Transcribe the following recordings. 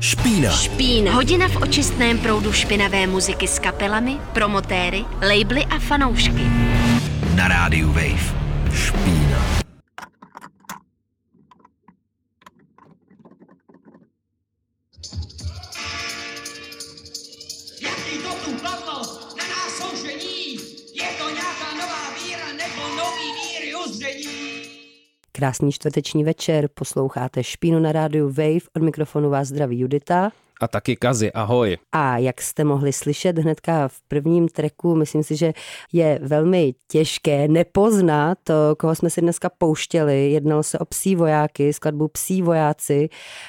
Špína. Hodina v očistném proudu špinavé muziky s kapelami, promotéry, labely a fanoušky. Na rádiu Wave. Špína. Jaký to tu platnost na nás soužení? Je to nějaká nová víra nebo nový víry uzření? Krásný čtvrteční večer, posloucháte Špínu na rádiu Wave, od mikrofonu vás zdraví Judita. A taky Kazi, ahoj. A jak jste mohli slyšet hnedka v prvním tracku, myslím si, že je velmi těžké nepoznat, koho jsme si dneska pouštěli. Jednalo se o Psí vojáky, skladbu Psí vojáci.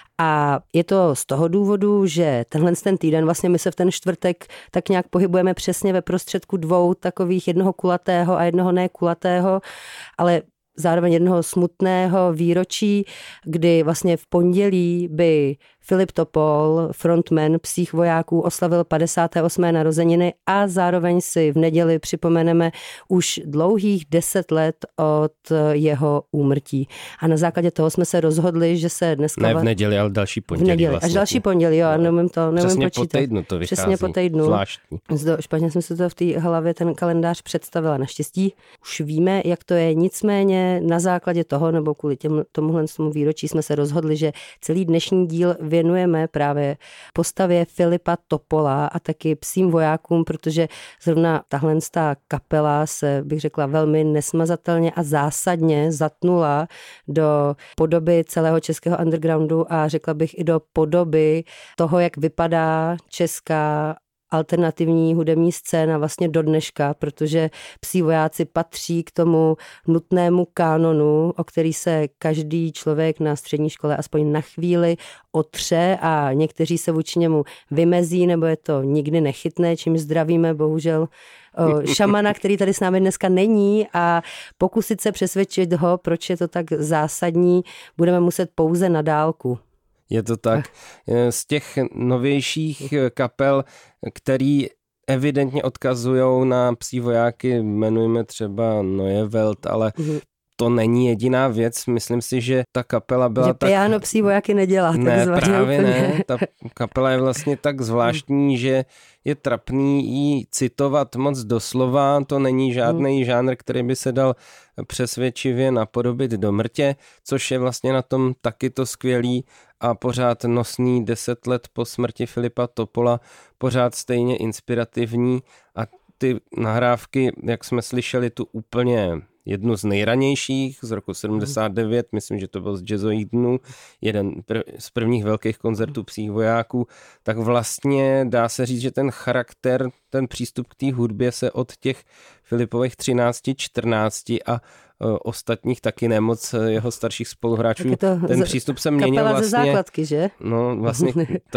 A je to z toho důvodu, že ten týden, vlastně my se v ten čtvrtek tak nějak pohybujeme přesně ve prostředku dvou takových, jednoho kulatého a jednoho nekulatého, ale zároveň jednoho smutného výročí, kdy vlastně v pondělí by Filip Topol, frontman Psích vojáků, oslavil 58. narozeniny a zároveň si v neděli připomeneme už dlouhých 10 let od jeho úmrtí. A na základě toho jsme se rozhodli, že se dneska... Ne v neděli, ale další pondělí. V neděli, vlastně. Až další pondělí, jo, neumím Přesně počítat. Po týdnu to vychází. Přesně po týdnu. Zvláštní. Špatně jsem si to v té hlavě ten kalendář představila. Naštěstí už víme, jak to je. Nicméně na základě toho, nebo kvůli tomuhle výročí jsme se rozhodli, že celý dnešní díl věnujeme právě postavě Filipa Topola a taky Psím vojákům, protože zrovna tahle kapela se, bych řekla, velmi nesmazatelně a zásadně zatnula do podoby celého českého undergroundu a řekla bych i do podoby toho, jak vypadá česká alternativní hudební scéna vlastně do dneška, protože Psí vojáci patří k tomu nutnému kánonu, o který se každý člověk na střední škole aspoň na chvíli otře a někteří se vůči němu vymezí, nebo je to nikdy nechytné, čím zdravíme bohužel šamana, který tady s námi dneska není, a pokusit se přesvědčit ho, proč je to tak zásadní, budeme muset pouze na dálku. Je to tak. Z těch novějších kapel, který evidentně odkazují na Psí vojáky, jmenujeme třeba Neue Welt, ale to není jediná věc. Myslím si, že ta kapela byla že piano Psí vojáky nedělá. Ne, právě ne. Ta kapela je vlastně tak zvláštní, že je trapný jí citovat moc doslova. To není žádný žánr, který by se dal přesvědčivě napodobit do mrtě, což je vlastně na tom taky to skvělý a pořád nosný 10 let po smrti Filipa Topola, pořád stejně inspirativní, a ty nahrávky, jak jsme slyšeli, tu úplně jednu z nejranějších z roku 79, myslím, že to byl z jazzových dnů, jeden z prvních velkých koncertů Psích vojáků, tak vlastně dá se říct, že ten charakter, ten přístup k té hudbě se od těch Filipových 13, 14 a ostatních taky nemoc jeho starších spoluhráčů. Ten přístup se měnil kapela vlastně. Ze základky, že? No vlastně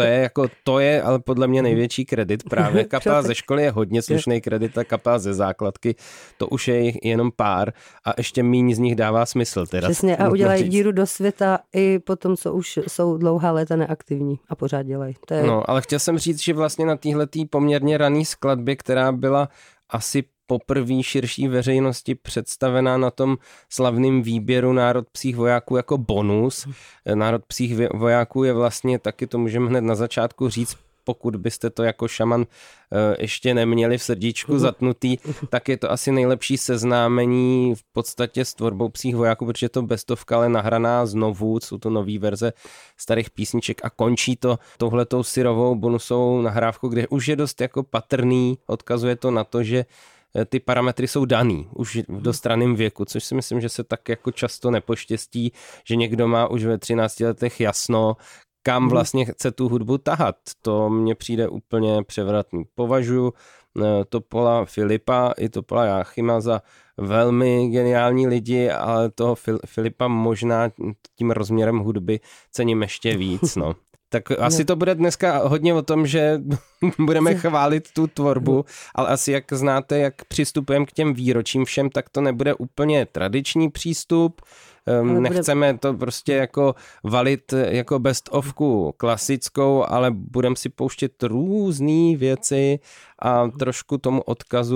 to je ale podle mě největší kredit právě. Kapela ze školy je hodně slušný kredit a kapela ze základky, to už je jenom pár a ještě míň z nich dává smysl. Teda, přesně, a udělají díru do světa i po tom, co už jsou dlouhá léta neaktivní a pořád dělají. No, ale chtěl jsem říct, že vlastně na téhletý poměrně raný skladbě, která byla asi poprvé širší veřejnosti představená na tom slavném výběru Národ psích vojáků jako bonus. Národ psích vojáků je vlastně, taky to můžeme hned na začátku říct, pokud byste to jako šaman ještě neměli v srdíčku zatnutý, tak je to asi nejlepší seznámení v podstatě s tvorbou Psích vojáků, protože je to bestovka, ale nahraná znovu, jsou to nový verze starých písniček a končí to touhletou syrovou bonusovou nahrávkou, kde už je dost jako patrný, odkazuje to na to, že ty parametry jsou daný už v dostranném věku, což si myslím, že se tak jako často nepoštěstí, že někdo má už ve 13 letech jasno, kam vlastně chce tu hudbu tahat. To mně přijde úplně převratný. Považuji Topola Filipa i Topola Jáchyma za velmi geniální lidi, ale toho Filipa možná tím rozměrem hudby cením ještě víc, no. Tak asi to bude dneska hodně o tom, že budeme chválit tu tvorbu, ale asi jak znáte, jak přistupujeme k těm výročím všem, tak to nebude úplně tradiční přístup. Nechceme to prostě jako valit jako best ofku klasickou, ale budeme si pouštět různé věci a trošku tomu odkazu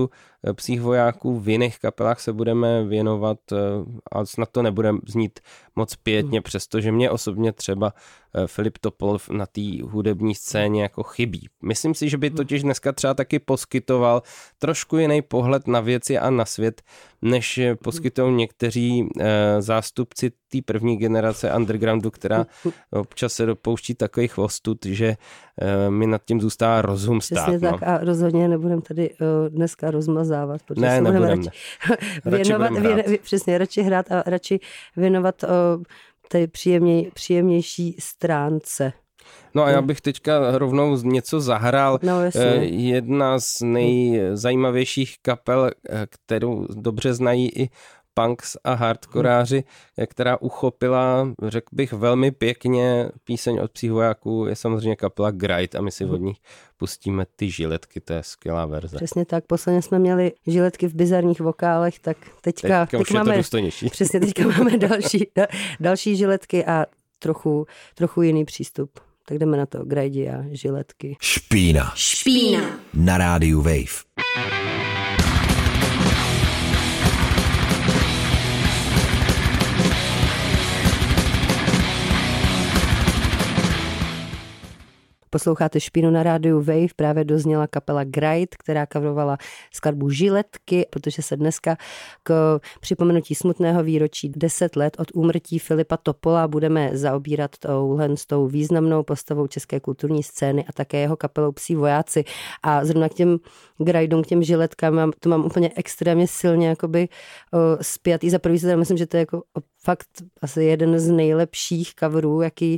psích vojáků. V jiných kapelách se budeme věnovat a snad to nebude znít moc pětně, přestože mě osobně třeba Filip Topolov na té hudební scéně jako chybí. Myslím si, že by totiž dneska třeba taky poskytoval trošku jiný pohled na věci a na svět, než poskytují někteří zástupci té první generace undergroundu, která občas se dopouští takových ostud, že mi nad tím zůstává rozum stát. Přesně tak a rozhodně nebudeme tady dneska rozmazávat, protože ne, se nebudeme. Přesně, radši hrát a radši věnovat té příjemnější stránce. No a já bych teďka rovnou něco zahrál. No, jedna z nejzajímavějších kapel, kterou dobře znají i punks a hardkoráři, která uchopila, řekl bych, velmi pěkně píseň od Psích vojáků, je samozřejmě kapela Gride a my si od nich pustíme Ty žiletky, to je skvělá verze. Přesně tak, posledně jsme měli žiletky v bizarních vokálech, tak teďka už je to důstojnější. Přesně, teďka máme další žiletky a trochu jiný přístup. Tak jdeme na to, Gride a žiletky. Špína. Na rádiu Wave. Posloucháte Špínu na rádiu Wave, právě dozněla kapela Gride, která coverovala skladbu Žiletky, protože se dneska k připomenutí smutného výročí 10 let od úmrtí Filipa Topola budeme zaobírat s tou významnou postavou české kulturní scény a také jeho kapelou Psí vojáci. A zrovna k těm Gridům, k těm Žiletkám, to mám úplně extrémně silně jakoby spjatý. Za prvý se myslím, že to je jako fakt asi jeden z nejlepších coverů, jaký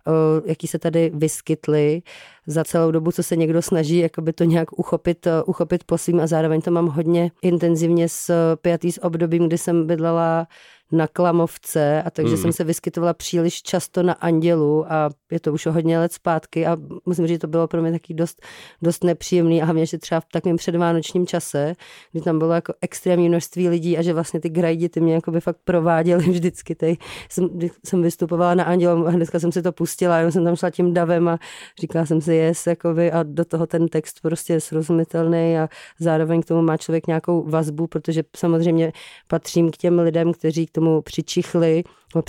se tady vyskytly za celou dobu, co se někdo snaží jakoby to nějak uchopit po svým a zároveň to mám hodně intenzivně spjatý s obdobím, kdy jsem bydlela na Klamovce a takže jsem se vyskytovala příliš často na Andělu a je to už o hodně let zpátky a musím říct, že to bylo pro mě taky dost nepříjemný a hlavně, že třeba v takovém předvánočním čase, kdy tam bylo jako extrémní množství lidí a že vlastně ty Gridi ty mě jakoby fakt prováděli vždycky. Jsem vystupovala na Andělu a dneska jsem si to pustila, já jsem tam šla tím davem a říkala jsem si jakoby a do toho ten text prostě je srozumitelný a zároveň k tomu má člověk nějakou vazbu, protože samozřejmě patřím k těm lidem, kteří k tomu přičichli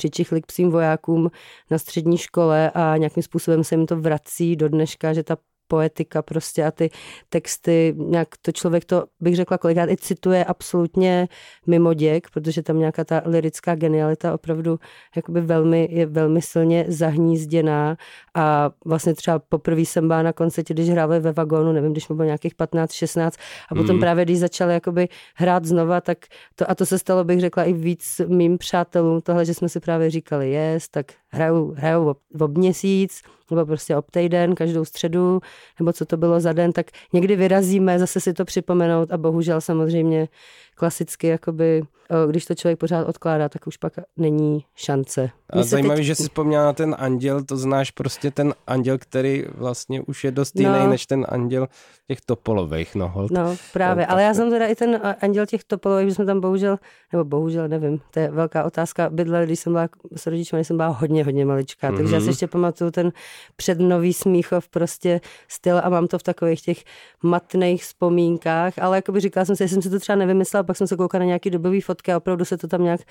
k Psím vojákům na střední škole a nějakým způsobem se jim to vrací do dneška, že ta poetika prostě a ty texty, nějak to člověk to, bych řekla, kolikrát i cituje absolutně mimo děk, protože tam nějaká ta lyrická genialita opravdu jakoby je velmi silně zahnízděná a vlastně třeba poprvé jsem byla na koncertě, když hráli ve Vagónu, nevím, když mi bylo nějakých 15-16 a potom právě, když začali jakoby hrát znova, tak to se stalo, bych řekla, i víc mým přátelům, tohle, že jsme si právě říkali, tak hrajou ob měsíc, nebo prostě ob týden, každou středu, nebo co to bylo za den, tak někdy vyrazíme zase si to připomenout a bohužel samozřejmě klasicky, jakoby, když to člověk pořád odkládá, tak už pak není šance. A zajímavý, že jsi vzpomněla na ten Anděl, to znáš prostě ten Anděl, který vlastně už je dost jiný než ten Anděl těch Topolových, hold. No právě, ale já jsem teda i ten Anděl těch Topolových, že jsme tam bohužel, nevím, to je velká otázka, bydleli, když jsem byla s rodičmi, když jsem byla hodně maličká, takže já si ještě pamatuju ten přednový Smíchov prostě styl a mám to v takových těch matných vzpomínkách, ale jakoby říkala jsem si, jestli jsem si to třeba nevymyslela, pak jsem se koukala na nějaký dobový fotky a opravdu se to tam nějak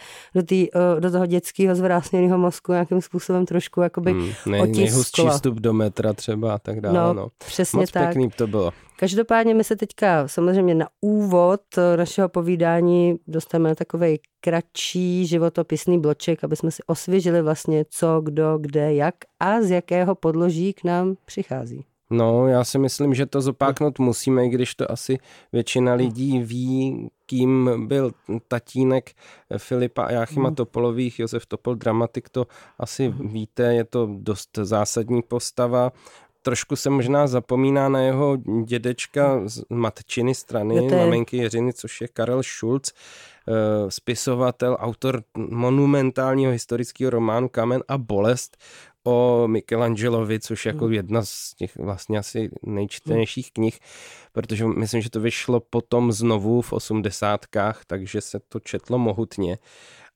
do toho dětského zvrásněného mozku nějakým způsobem trošku jakoby otisklo. Nejhustší vstup do metra třeba a tak dále. No, přesně moc tak. Pěkný to bylo. Každopádně my se teďka samozřejmě na úvod našeho povídání dostaneme na takovej kratší životopisný bloček, aby jsme si osvěžili vlastně co, kdo, kde, jak a z jakého podloží k nám přichází. No, já si myslím, že to zopáknout musíme, i když to asi většina lidí ví, kým byl tatínek Filipa a Jáchyma Topolových, Josef Topol, dramatik, to asi víte, je to dost zásadní postava. Trošku se možná zapomíná na jeho dědečka z matčiny strany, maminky Jiřiny, což je Karel Schulz, spisovatel, autor monumentálního historického románu Kamen a bolest o Michelangelovi, což je jako jedna z těch vlastně asi nejčtenějších knih, protože myslím, že to vyšlo potom znovu v 80kách, takže se to četlo mohutně.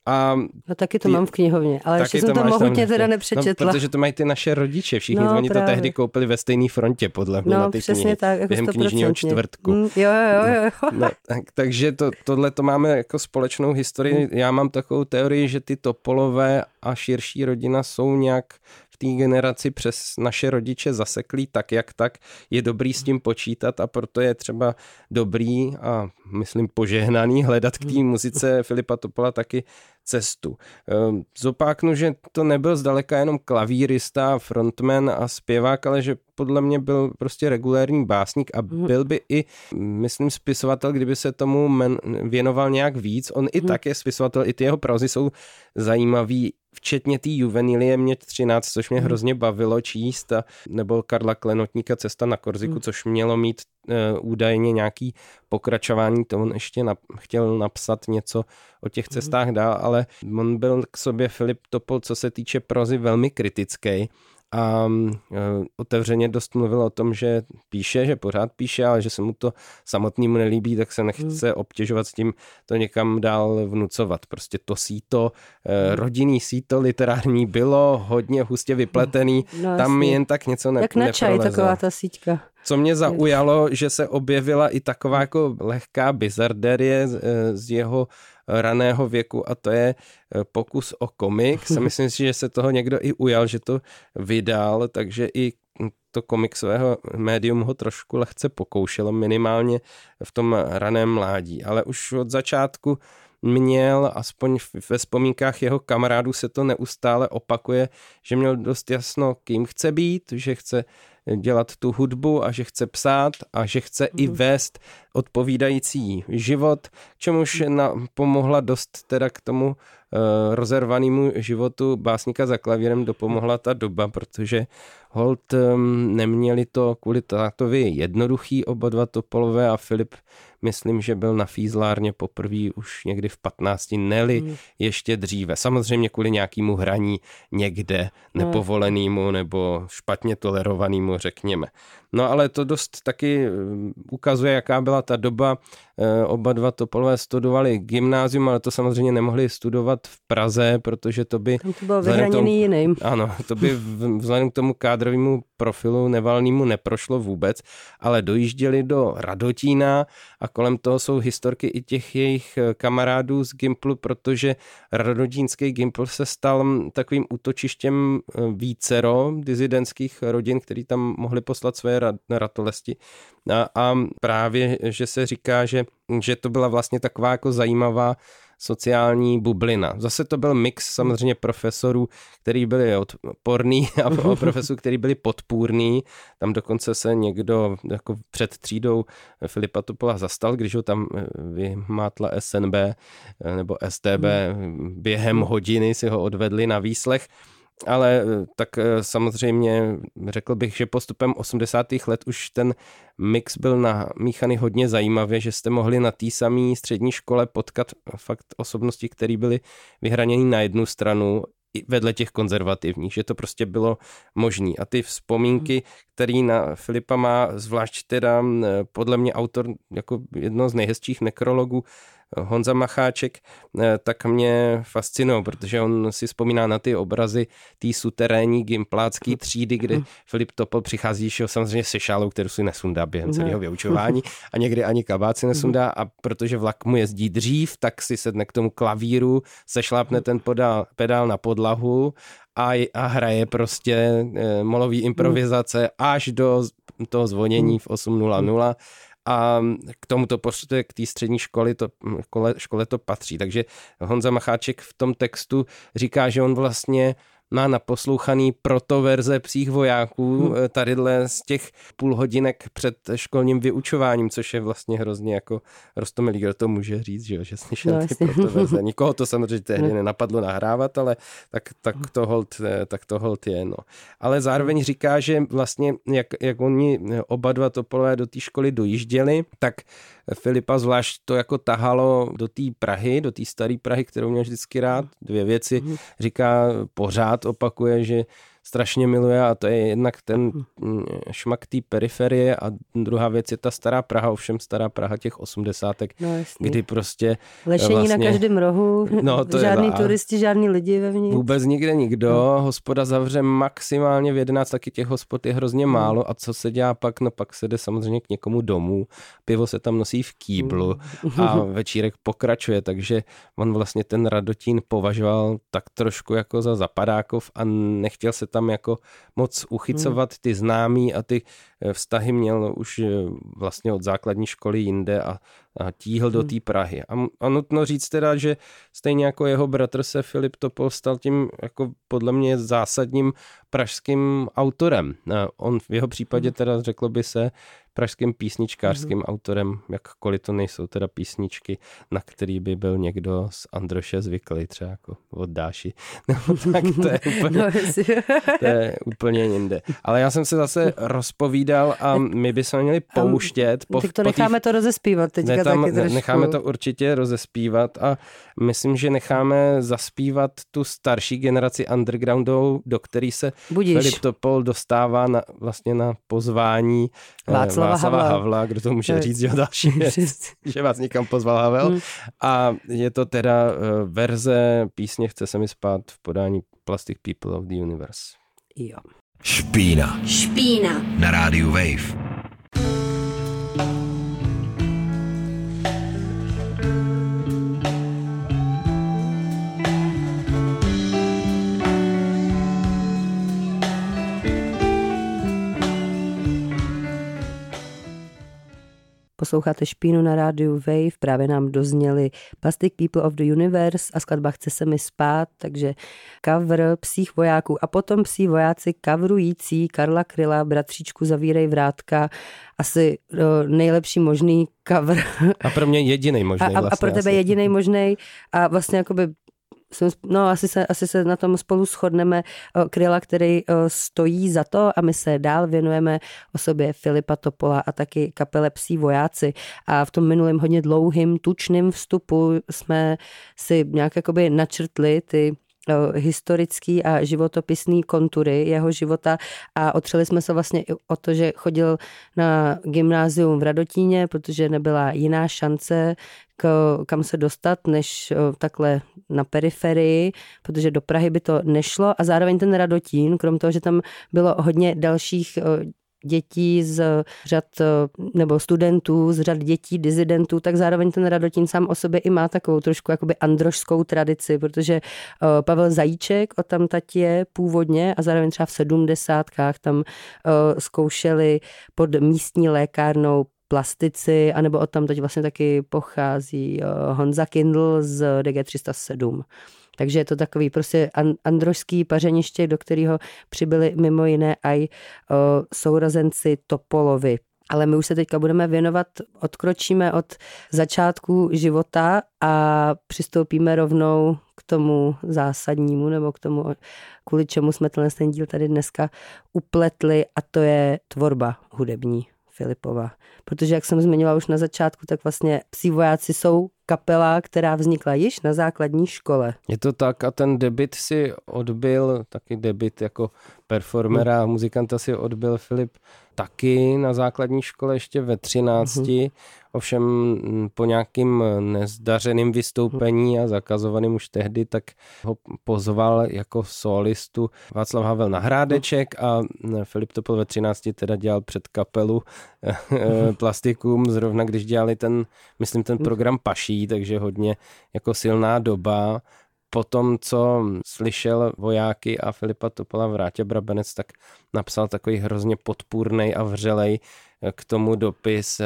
No taky to mám v knihovně, ale ještě jsem to mohutně teda nepřečetla. No, protože to mají ty naše rodiče, všichni oni to tehdy koupili ve stejné frontě, podle mě, na ty knihy. Tak, jako během knižního čtvrtku. Jo. No, takže tohle to máme jako společnou historii. Já mám takovou teorii, že ty Topolové a širší rodina jsou nějak v té generaci přes naše rodiče zaseklí tak, jak tak. Je dobrý s tím počítat a proto je třeba dobrý a myslím požehnaný hledat k té muzice Filipa Topola taky cestu. Zopáknu, že to nebyl zdaleka jenom klavírista, frontman a zpěvák, ale že podle mě byl prostě regulérní básník a byl by i, myslím, spisovatel, kdyby se tomu věnoval nějak víc. On i tak je spisovatel, i ty jeho prózy jsou zajímavý, včetně té Juvenilie mě 13, což mě hrozně bavilo číst, nebo Karla Klenotníka Cesta na Korziku, což mělo mít údajně nějaký pokračování, to on ještě chtěl napsat něco o těch cestách dál, ale on byl k sobě Filip Topol, co se týče prózy, velmi kritický a otevřeně dost mluvil o tom, že píše, že pořád píše, ale že se mu to samotnému nelíbí, tak se nechce obtěžovat s tím to někam dál vnucovat. Prostě to síto, rodinný síto literární bylo hodně hustě vypletený, tam jen tak něco neprolezá. Jak na čaj taková ta síťka. Co mě zaujalo, že se objevila i taková jako lehká bizarderie z jeho raného věku a to je pokus o komiks. Myslím si, že se toho někdo i ujal, že to vydal, takže i to komiksového médium ho trošku lehce pokoušelo, minimálně v tom raném mládí. Ale už od začátku měl, aspoň ve vzpomínkách jeho kamarádů se to neustále opakuje, že měl dost jasno, kým chce být, že chce dělat tu hudbu a že chce psát a že chce i vést odpovídající život, čemuž pomohla dost teda k tomu rozervanému životu básníka za klavírem dopomohla ta doba, protože holt neměli to kvůli tátovi jednoduchý oba dva Topolové a Filip myslím, že byl na fízlárně poprvé už někdy v 15, neli ještě dříve. Samozřejmě kvůli nějakému hraní někde nepovolenému nebo špatně tolerovanému, řekněme. No ale to dost taky ukazuje, jaká byla ta doba. Oba dva Topolové studovali gymnázium, ale to samozřejmě nemohli studovat v Praze, protože to by... Tam to bylo vyhraněný jiným. Ano, to by vzhledem k tomu kádrovému profilu Nevalnému neprošlo vůbec, ale dojížděli do Radotína a kolem toho jsou historky i těch jejich kamarádů z Gimplu, protože radotínský Gimpl se stal takovým útočištěm vícero dizidentských rodin, který tam mohli poslat své ratolesti. A právě, že se říká, že to byla vlastně taková jako zajímavá sociální bublina. Zase to byl mix samozřejmě profesorů, který byli odporný a profesorů, který byli podpůrný. Tam dokonce se někdo jako před třídou Filipa Topola zastal, když ho tam vymátla SNB nebo STB během hodiny si ho odvedli na výslech. Ale tak samozřejmě řekl bych, že postupem 80. let už ten mix byl namíchaný hodně zajímavě, že jste mohli na té samé střední škole potkat fakt osobnosti, které byly vyhraněny na jednu stranu vedle těch konzervativních, že to prostě bylo možné. A ty vzpomínky, který na Filipa má, zvlášť teda podle mě autor jako jedno z nejhezčích nekrologů Honza Macháček, tak mě fascinují, protože on si vzpomíná na ty obrazy té suterénní gimplácké třídy, kdy Filip Topol přichází samozřejmě se šálou, kterou si nesundá během celého vyučování a někdy ani kabát si nesundá a protože vlak mu jezdí dřív, tak si sedne k tomu klavíru, sešlápne ten pedál na podlahu a hraje prostě molový improvizace až do toho zvonění v 8:00 a k tomuto postupě, k té střední škole to patří. Takže Honza Macháček v tom textu říká, že on vlastně má naposlouchaný protoverze Psích vojáků tadyhle z těch půl hodinek před školním vyučováním, což je vlastně hrozně jako roztomilý, kdo to může říct, že slyšel ty protoverze. Nikoho to samozřejmě tehdy nenapadlo nahrávat, ale tak to holt je. No. Ale zároveň říká, že vlastně jak oni oba dva Topolové do té školy dojížděli, tak Filipa zvlášť to jako tahalo do té Prahy, do té staré Prahy, kterou měl vždycky rád. Dvě věci říká pořád, opakuje, že strašně miluje a to je jednak ten šmak té periferie a druhá věc je ta stará Praha, ovšem stará Praha těch 80. Kdy prostě lešení vlastně, na každém rohu, žádný turisti, žádný lidi vevnitř. Vůbec nikde nikdo, hospoda zavře maximálně v 11, taky těch hospod je hrozně málo a co se dělá pak, no pak se jde samozřejmě k někomu domů, pivo se tam nosí v kýblu a večírek pokračuje, takže on vlastně ten Radotín považoval tak trošku jako za zapadákov a nechtěl se tam jako moc uchycovat ty známí a ty vztahy měl už vlastně od základní školy jinde a tíhl do té Prahy. A nutno říct teda, že stejně jako jeho bratr se Filip Topol stal tím jako podle mě zásadním pražským autorem. On v jeho případě teda řeklo by se pražským písničkářským autorem, jakkoliv to nejsou teda písničky, na který by byl někdo z Androše zvyklý, třeba jako od Dáši. No, tak to je úplně jinde. Ale já jsem se zase rozpovídal a my bychom měli pouštět. Tak to necháme to rozespívat teďka taky trošku. Necháme to určitě rozespívat a myslím, že necháme zaspívat tu starší generaci undergroundů, do který se Filip Topol dostává vlastně na pozvání Václava Havla, kdo to může říct, že další věc, že vás někam pozval Havel. A je to teda verze písně Chce se mi spát v podání Plastic People of the Universe. Jo. Špína na rádiu Wave. Posloucháte Špínu na rádiu Wave, právě nám dozněli Plastic People of the Universe a skladba Chce se mi spát, takže cover Psích vojáků a potom Psí vojáci coverující Karla Kryla, Bratříčku zavírej vrátka, asi nejlepší možný cover. A pro mě jedinej možný vlastně. A pro tebe jedinej možný a vlastně jakoby asi se na tom spolu shodneme. Kryla, který stojí za to a my se dál věnujeme osobě Filipa Topola a taky kapele Psí vojáci. A v tom minulém hodně dlouhým, tučným vstupu jsme si nějak jakoby načrtli ty historický a životopisný kontury jeho života a otřeli jsme se vlastně i o to, že chodil na gymnázium v Radotíně, protože nebyla jiná šance, kam se dostat, než takhle na periferii, protože do Prahy by to nešlo a zároveň ten Radotín, krom toho, že tam bylo hodně dalších dětí z řad nebo studentů, z řad dětí, dizidentů, tak zároveň ten Radotín sám o sobě i má takovou trošku jakoby androšskou tradici, protože Pavel Zajíček odtamtať je původně a zároveň třeba v 70. tam zkoušeli pod místní lékárnou plastici, anebo odtamtud vlastně taky pochází Honza Kindl z DG 307. Takže je to takový prostě androšský pařeniště, do kterého přibyli mimo jiné aj sourozenci Topolovi. Ale my už se teďka budeme věnovat, odkročíme od začátku života a přistoupíme rovnou k tomu zásadnímu, nebo k tomu, kvůli čemu jsme ten díl tady dneska upletli, a to je tvorba hudební Filipova. Protože, jak jsem zmiňovala už na začátku, tak vlastně Psí vojáci jsou kapela, která vznikla již na základní škole. Je to tak a ten debut si odbyl, taky debut jako performera a muzikanta si odbyl Filip taky na základní škole ještě ve 13. Ovšem po nějakým nezdařeným vystoupení a zakazovaným už tehdy, tak ho pozval jako solistu Václav Havel na Hrádeček a Filip Topol ve 13. teda dělal před kapelu Plastikum, zrovna když dělali ten program Paší, takže hodně jako silná doba. Potom, co slyšel Vojáky a Filipa Topola Vrátě Brabenec, tak napsal takový hrozně podpůrnej a vřelej k tomu dopis,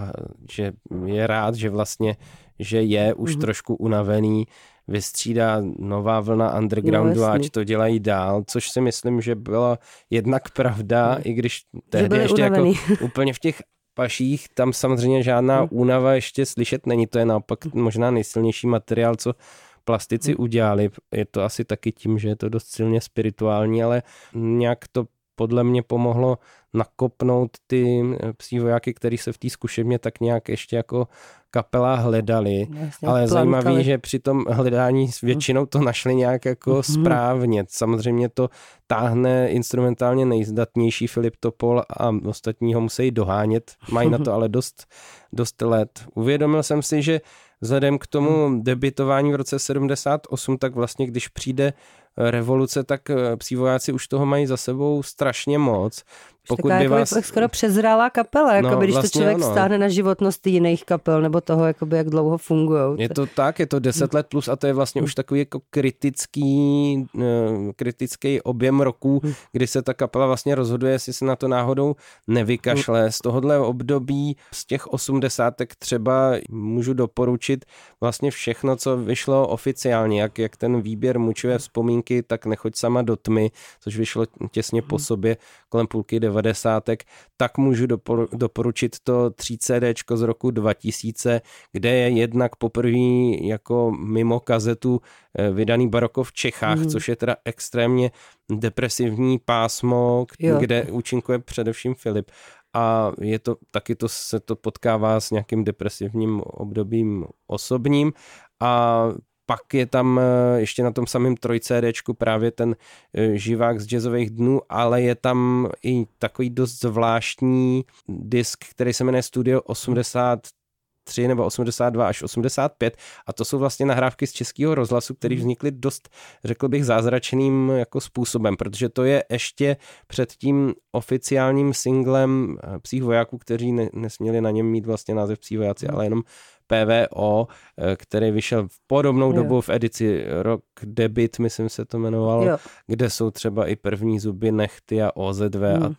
že je rád, že vlastně, že je už trošku unavený, vystřídá nová vlna undergroundu, ať to dělají dál, což si myslím, že byla jednak pravda, i když tehdy ještě jako úplně v těch Paších, tam samozřejmě žádná únava ještě slyšet není, to je naopak možná nejsilnější materiál, co plastici udělali. Je to asi taky tím, že je to dost silně spirituální, ale nějak to podle mě pomohlo nakopnout ty psí vojáky, který se v té zkušebně tak nějak ještě jako kapela hledali, ale zajímavé, že při tom hledání většinou to našli nějak jako správně. Samozřejmě to táhne instrumentálně nejzdatnější Filip Topol a ostatní ho musí dohánět, mají na to ale dost let. Uvědomil jsem si, že vzhledem k tomu debitování v roce 78, tak vlastně když přijde revoluce, tak psí vojáci už toho mají za sebou strašně moc. Pokud by vás... skoro přezrálá kapela, jakoby, když vlastně to člověk stáhne na životnost jiných kapel, nebo toho, jakoby, jak dlouho fungují. Je to tak, je to 10 let plus a to je vlastně už takový jako kritický objem roků, kdy se ta kapela vlastně rozhoduje, jestli se na to náhodou nevykašle. Z tohohle období, z těch 80 třeba můžu doporučit vlastně všechno, co vyšlo oficiálně, jak ten výběr Mučivé vzpomínky, tak Nechoď sama do tmy, což vyšlo těsně po sobě kolem půlky 90. tak můžu doporučit to 3CD z roku 2000, kde je jednak poprvé jako mimo kazetu vydaný Baroko v Čechách, což je teda extrémně depresivní pásmo, kde účinkuje především Filip. A je to taky se to potkává s nějakým depresivním obdobím osobním a pak je tam ještě na tom samém 3CDčku právě ten živák z jazzových dnů, ale je tam i takový dost zvláštní disk, který se jmenuje Studio 83 nebo 82 až 85 a to jsou vlastně nahrávky z Českého rozhlasu, které vznikly dost, řekl bych, zázračným jako způsobem, protože to je ještě před tím oficiálním singlem Psích vojáků, kteří nesměli na něm mít vlastně název Psí vojáci, ale jenom PVO, který vyšel v podobnou dobu v edici Rock Debit, myslím se to jmenovalo, kde jsou třeba i První zuby, Nechty a OZV a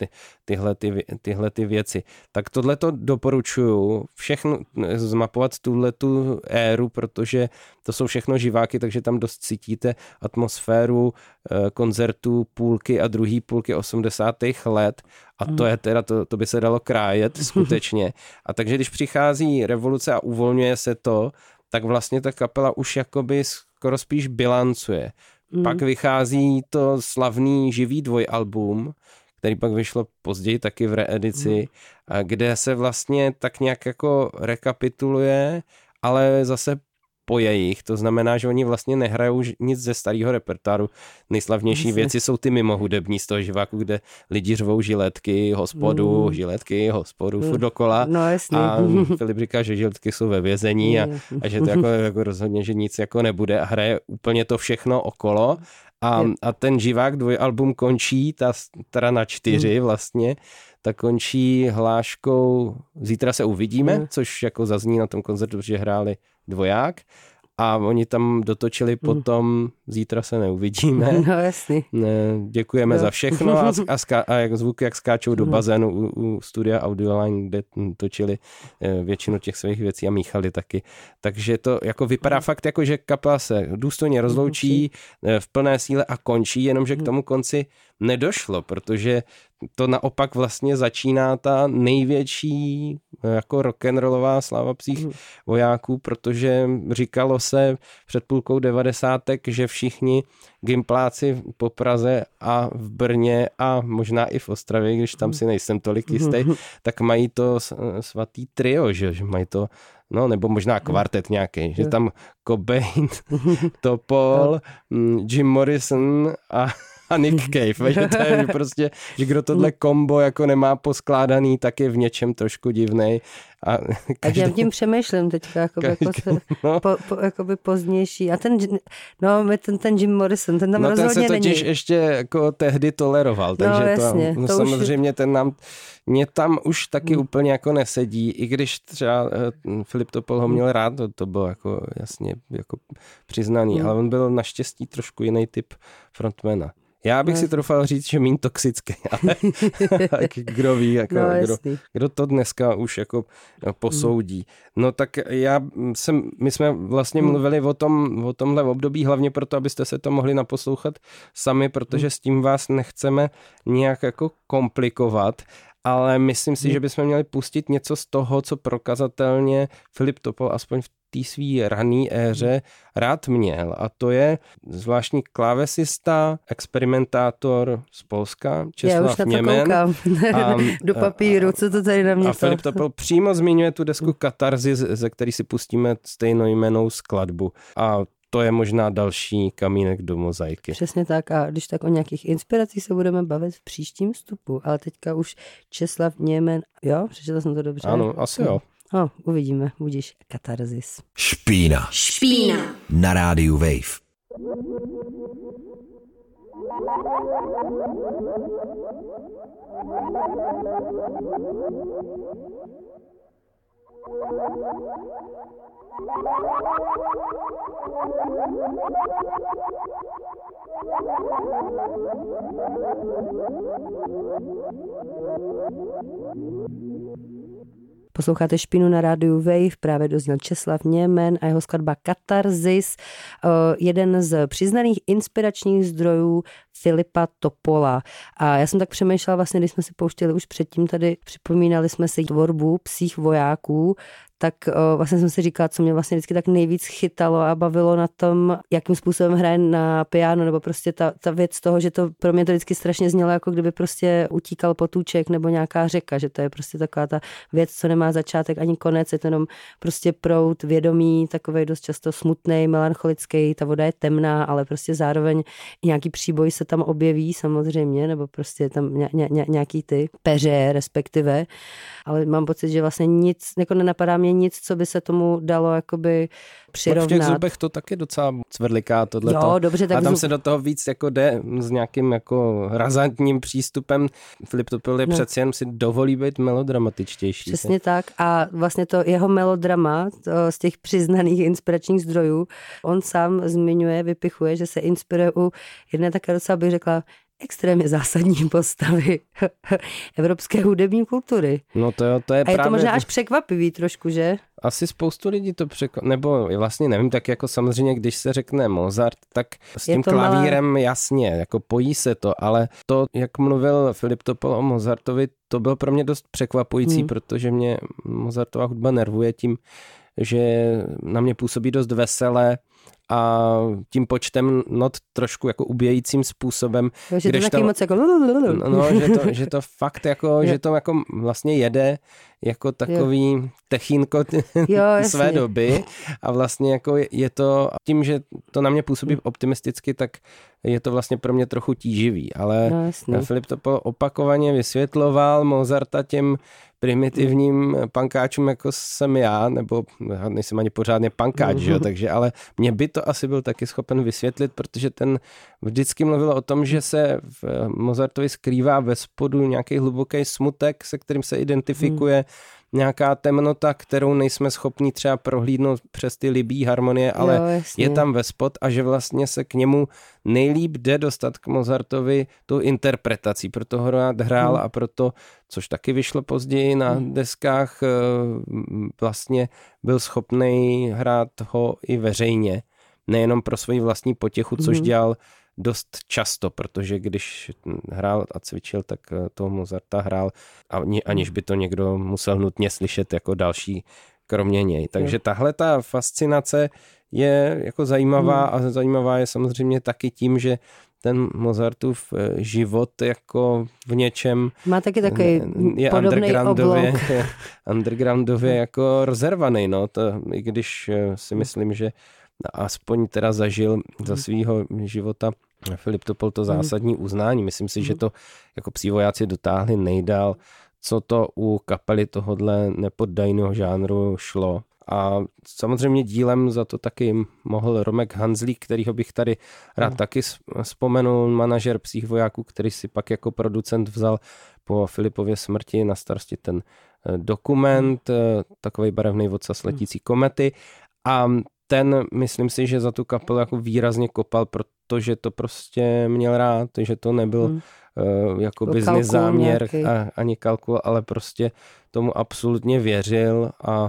tyhle ty věci. Tak tohleto doporučuju všechno zmapovat tuhletu éru, protože to jsou všechno živáky, takže tam dost cítíte atmosféru koncertů půlky a druhý půlky 80. let a to je teda, to by se dalo krájet skutečně. A takže když přichází revoluce a uvolňuje se to, tak vlastně ta kapela už jakoby skoro spíš bilancuje. Pak vychází to slavný živý dvojalbum, který pak vyšlo později taky v reedici, kde se vlastně tak nějak jako rekapituluje, ale zase po jejich, to znamená, že oni vlastně nehrajou nic ze starého repertoáru. Nejslavnější věci jsou ty mimohudební z toho živáku, kde lidi řvou žiletky, hospodu, furt dokola. No, jasný. A Filip říká, že žiletky jsou ve vězení a že to jako rozhodně, že nic jako nebude a hraje úplně to všechno okolo. A ten živák dvojalbum končí, teda na 4 vlastně, tak končí hláškou Zítra se uvidíme, což jako zazní na tom koncertu, že hráli Dvoják a oni tam dotočili potom Zítra se neuvidíme. No jasný. Děkujeme za všechno a jak zvuky, jak skáčou do bazénu u studia Audioline, kde točili většinu těch svých věcí a míchali taky. Takže to jako vypadá fakt jako, že kapela se důstojně rozloučí v plné síle a končí, jenomže k tomu konci nedošlo, protože to naopak vlastně začíná ta největší jako rock'n'rollová sláva Psích vojáků, protože říkalo se před půlkou 90. že všichni gimpláci po Praze a v Brně a možná i v Ostravě, když tam si nejsem tolik jistý, tak mají to svatý trio, že mají to, no nebo možná kvartet nějaký, že tam Cobain, Topol, Jim Morrison a Nick Cave, že to je prostě, že kdo tohle kombo jako nemá poskládaný, tak je v něčem trošku divnej. A já tím teďka, jakoby pozdější. A ten Jim Morrison, ten tam rozhodně není. Ten se totiž ještě jako tehdy toleroval, takže jasně, to samozřejmě mě tam už taky úplně jako nesedí, i když třeba Filip Topol ho měl rád, to bylo jako jasně jako přiznaný, ale on byl naštěstí trošku jiný typ frontmana. Já bych si troufal říct, že méně toxický, ale kdo ví, jako, kdo to dneska už jako posoudí. No tak my jsme vlastně mluvili o tomhle období, hlavně proto, abyste se to mohli naposlouchat sami, protože s tím vás nechceme nějak jako komplikovat, ale myslím si, že bychom měli pustit něco z toho, co prokazatelně Filip Topol aspoň v té svý rané éře rád měl. A to je zvláštní klávesista, experimentátor z Polska, Česlav Němen. Já už na to koukám. Do papíru, co to tady na mě a Filip Topol přímo zmiňuje tu desku Katarzis, ze který si pustíme stejnojmennou skladbu. A to je možná další kamínek do mozaiky. Přesně tak, a když tak o nějakých inspiracích se budeme bavit v příštím vstupu, ale teďka už Česlav Němen, jo, přečetla jsem to dobře? Ano, asi jo. No, uvidíme, budíš Katarzis. Špína. Na rádiu Wave. Posloucháte Špínu na rádiu Wave, právě dozněl Česlav Němen a jeho skladba Katarzis, jeden z přiznaných inspiračních zdrojů Filipa Topola. A já jsem tak přemýšlela, vlastně, když jsme si pouštěli už předtím tady, připomínali jsme si tvorbu Psích vojáků, tak vlastně jsem si říkala, co mě vlastně vždycky tak nejvíc chytalo a bavilo na tom, jakým způsobem hraje na piano, nebo prostě ta věc toho, že to pro mě to vždycky strašně znělo, jako kdyby prostě utíkal potůček nebo nějaká řeka, že to je prostě taková ta věc, co nemá začátek ani konec, je to jenom prostě proud vědomí, takovej dost často smutnej, melancholický, ta voda je temná, ale prostě zároveň nějaký příboj se tam objeví samozřejmě, nebo prostě tam nějaký ty peře respektive, ale mám pocit, že vlastně nic, jako nenapadá mě nic, co by se tomu dalo jakoby přirovnat. V těch zubech to taky docela cvrliká tohleto. Jo, dobře, tak a tam se do toho víc jako jde s nějakým jako razantním přístupem. Filip Topol je přeci jen si dovolí být melodramatičtější. Přesně tak a vlastně to jeho melodrama z těch přiznaných inspiračních zdrojů, on sám zmiňuje, vypichuje, že se inspiruje u jedné také docela bych řekla extrémně zásadní postavy evropské hudební kultury. No to jo, to je a právě... je to možná až překvapivý trošku, že? Asi spoustu lidí to nebo vlastně nevím, tak jako samozřejmě, když se řekne Mozart, tak s tím klavírem jasně, jako pojí se to, ale to, jak mluvil Filip Topol o Mozartovi, to bylo pro mě dost překvapující, protože mě Mozartova hudba nervuje tím, že na mě působí dost veselé a tím počtem not trošku jako ubíjejícím způsobem. Jo, že to taky moc jako... No, že to fakt jako, že to jako vlastně jede jako takový techínko své doby a vlastně jako je to tím, že to na mě působí optimisticky, tak je to vlastně pro mě trochu tíživý, ale Filip Topol opakovaně vysvětloval Mozarta těm primitivním pankáčům, jako jsem já, nebo nejsem ani pořádně pankáč, že jo, takže, ale mě by to asi byl taky schopen vysvětlit, protože ten vždycky mluvil o tom, že se v Mozartovi skrývá ve spodu nějaký hluboký smutek, se kterým se identifikuje, nějaká temnota, kterou nejsme schopni třeba prohlídnout přes ty libý harmonie, ale je tam vespod a že vlastně se k němu nejlíp jde dostat k Mozartovi tou interpretací, proto ho rád hrál a proto, což taky vyšlo později na deskách, vlastně byl schopný hrát ho i veřejně, nejenom pro svoji vlastní potěchu, což dělal dost často, protože když hrál a cvičil, tak toho Mozarta hrál, aniž by to někdo musel nutně slyšet jako další kromě něj. Takže tahle ta fascinace je jako zajímavá a zajímavá je samozřejmě taky tím, že ten Mozartův život jako v něčem má taky takový podobný oblok. Undergroundově jako rozervaný, no, to, i když si myslím, že aspoň teda zažil za svýho života Filip Topol to zásadní uznání. Myslím si, že to jako Psí vojáci dotáhli nejdál, co to u kapely tohodle nepoddajného žánru šlo. A samozřejmě dílem za to taky mohl Romek Hanzlík, kterýho bych tady rád taky vzpomenul, manažer Psích vojáků, který si pak jako producent vzal po Filipově smrti na starosti ten dokument, takovej barevný ocas letící komety. A ten, myslím si, že za tu kapelu jako výrazně kopal, protože to prostě měl rád, že to nebyl jako business záměr ani kalkul, ale prostě tomu absolutně věřil a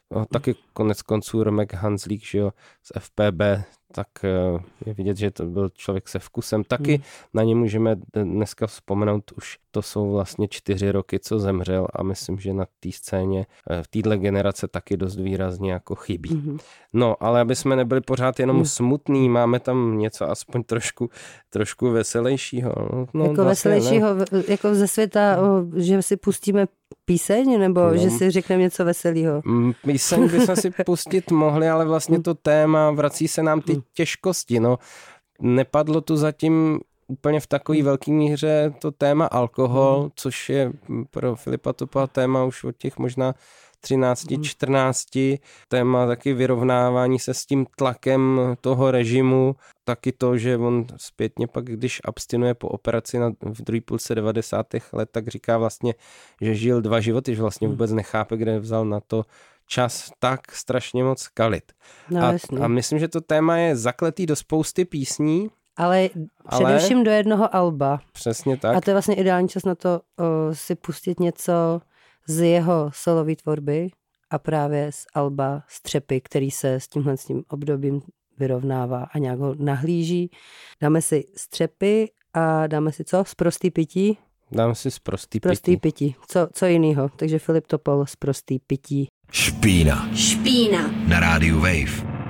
taky konec konců Romek Hanzlík, že jo, z FPB, tak je vidět, že to byl člověk se vkusem. Taky na ně můžeme dneska vzpomenout, už to jsou vlastně 4 roky, co zemřel a myslím, že na té scéně v téhle generace taky dost výrazně jako chybí. No, ale aby jsme nebyli pořád jenom smutný, máme tam něco aspoň trošku veselějšího. No, jako vlastně veselějšího, jako ze světa, že si pustíme píseň, nebo že si řekneme něco veselého? Píseň bychom si pustit mohli, ale vlastně to téma, vrací se nám ty těžkosti. No, nepadlo tu zatím úplně v takové velké míře to téma alkohol, což je pro Filipa Topola téma už od těch možná 13, 14, téma taky vyrovnávání se s tím tlakem toho režimu, taky to, že on zpětně pak, když abstinuje po operaci v druhé půlce 90. let, tak říká vlastně, že žil 2 životy, že vlastně vůbec nechápe, kde vzal na to čas tak strašně moc kalit. No, a myslím, že to téma je zakletý do spousty písní, ale především do jednoho alba. Přesně tak. A to je vlastně ideální čas na to si pustit něco z jeho solové tvorby a právě z alba Střepy, který se s tímhle obdobím vyrovnává a nějak ho nahlíží. Dáme si Střepy a dáme si co? Sprostý pití? Dáme si Sprostý pití. Co jinýho? Takže Filip Topol, Sprostý pití. Špína na rádiu Wave.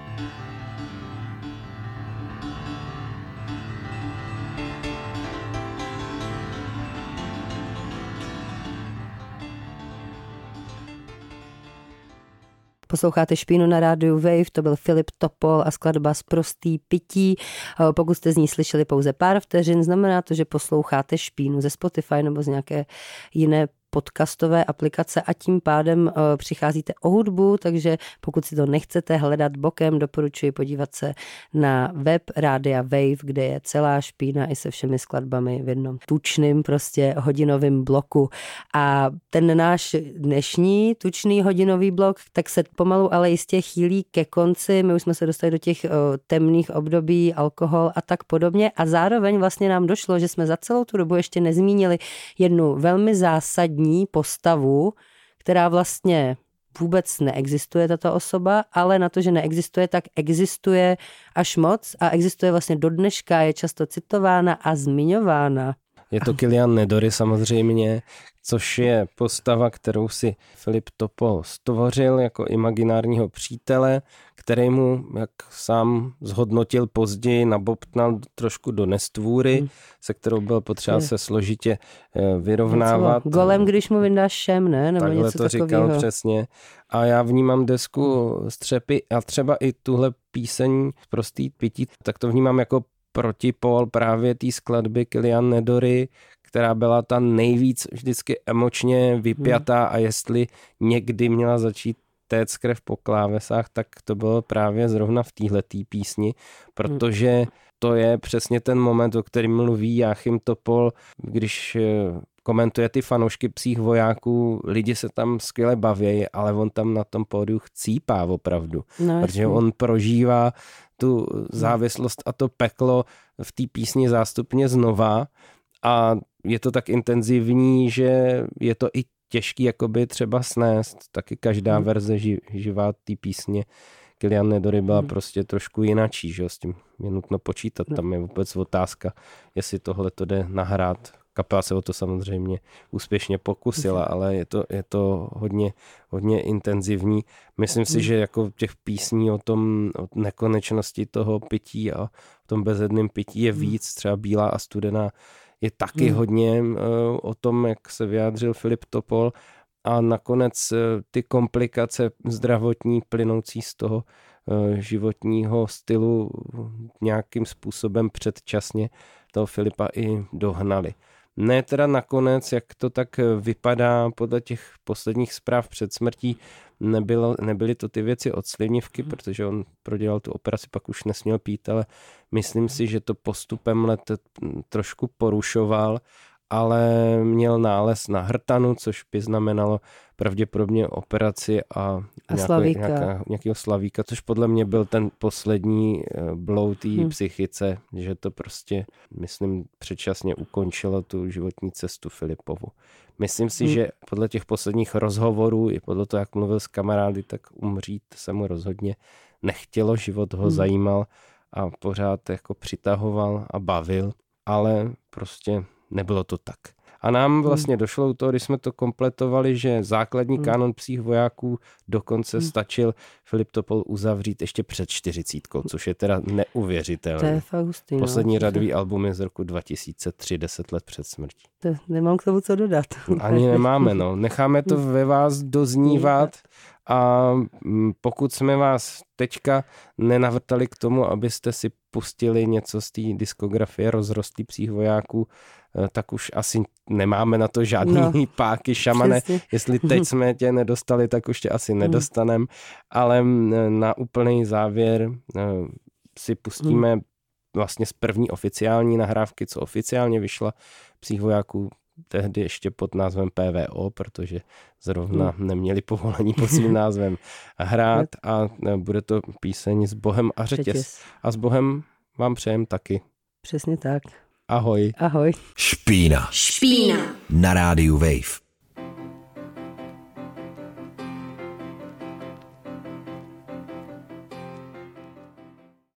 Posloucháte Špínu na rádiu Wave, to byl Filip Topol a skladba Sprostý pití. Pokud jste z ní slyšeli pouze pár vteřin, znamená to, že posloucháte Špínu ze Spotify nebo z nějaké jiné podcastové aplikace a tím pádem přicházíte o hudbu, takže pokud si to nechcete hledat bokem, doporučuji podívat se na web Rádia Wave, kde je celá Špína i se všemi skladbami v jednom tučným prostě hodinovým bloku. A ten náš dnešní tučný hodinový blok, tak se pomalu ale jistě chýlí ke konci. My už jsme se dostali do těch temných období, alkohol a tak podobně a zároveň vlastně nám došlo, že jsme za celou tu dobu ještě nezmínili jednu velmi zásadní postavu, která vlastně vůbec neexistuje, tato osoba, ale na to, že neexistuje, tak existuje až moc a existuje vlastně do dneška, je často citována a zmiňována. Je to Kilian Nedory samozřejmě, což je postava, kterou si Filip Topol stvořil jako imaginárního přítele, který mu, jak sám zhodnotil později, nabobtnal trošku do nestvůry, se kterou byl potřeba se složitě vyrovnávat. Golem, když mu vyndáš šem, ne? Nebo takhle něco to takového. Říkal přesně. A já vnímám desku Střepy a třeba i tuhle píseň Sprostý pití, tak to vnímám jako protipol právě té skladby Kilian Nedory, která byla ta nejvíc vždycky emočně vypjatá a jestli někdy měla začít téct krev po klávesách, tak to bylo právě zrovna v téhletý písni, protože to je přesně ten moment, o kterém mluví Jáchym Topol, když komentuje ty fanoušky Psích vojáků, lidi se tam skvěle baví, ale on tam na tom pódiu chcípá opravdu, protože on prožívá tu závislost a to peklo v té písni zástupně znova a je to tak intenzivní, že je to i těžký jakoby třeba snést. Taky každá verze živá té písně Kilian Nedory byla prostě trošku jinačí, že s tím je nutno počítat. Tam je vůbec otázka, jestli tohle to jde nahrát. Kapela se o to samozřejmě úspěšně pokusila, ale je to hodně intenzivní. Myslím si, že jako těch písní o nekonečnosti toho pití a o tom bezedném pití je víc. Třeba Bílá a studená je taky hodně o tom, jak se vyjádřil Filip Topol a nakonec ty komplikace zdravotní plynoucí z toho životního stylu nějakým způsobem předčasně toho Filipa i dohnali. Ne teda nakonec, jak to tak vypadá podle těch posledních zpráv před smrtí, nebyly to ty věci od slivnivky, protože on prodělal tu operaci, pak už nesměl pít, ale myslím si, že to postupem let trošku porušoval ale měl nález na hrtanu, což by znamenalo pravděpodobně operaci a nějakého slavíka, což podle mě byl ten poslední bloud té psychice, že to prostě, myslím, předčasně ukončilo tu životní cestu Filipovu. Myslím si, že podle těch posledních rozhovorů i podle toho, jak mluvil s kamarády, tak umřít se mu rozhodně nechtělo, život ho zajímal a pořád jako přitahoval a bavil, ale prostě nebylo to tak. A nám vlastně došlo u toho, když jsme to kompletovali, že základní kánon Psích vojáků dokonce stačil Filip Topol uzavřít ještě před 40, což je teda neuvěřitelné. To je fakt hustý. Poslední řadový album je z roku 2003, 10 let před smrtí. To nemám k tomu co dodat. Ani nemáme, no. Necháme to ve vás doznívat a pokud jsme vás teďka nenavrtali k tomu, abyste si pustili něco z té diskografie rozrostlých Psích vojáků, tak už asi nemáme na to žádný páky, šamane. Přesně. Jestli teď jsme tě nedostali, tak už tě asi nedostanem. Ale na úplný závěr si pustíme vlastně z první oficiální nahrávky, co oficiálně vyšla Psích vojáků, tehdy ještě pod názvem PVO, protože zrovna neměli povolení pod svým názvem hrát a bude to píseň S Bohem a řetěz. A s Bohem vám přejem taky. Přesně tak. Ahoj. Ahoj. Špína. Na rádiu Wave.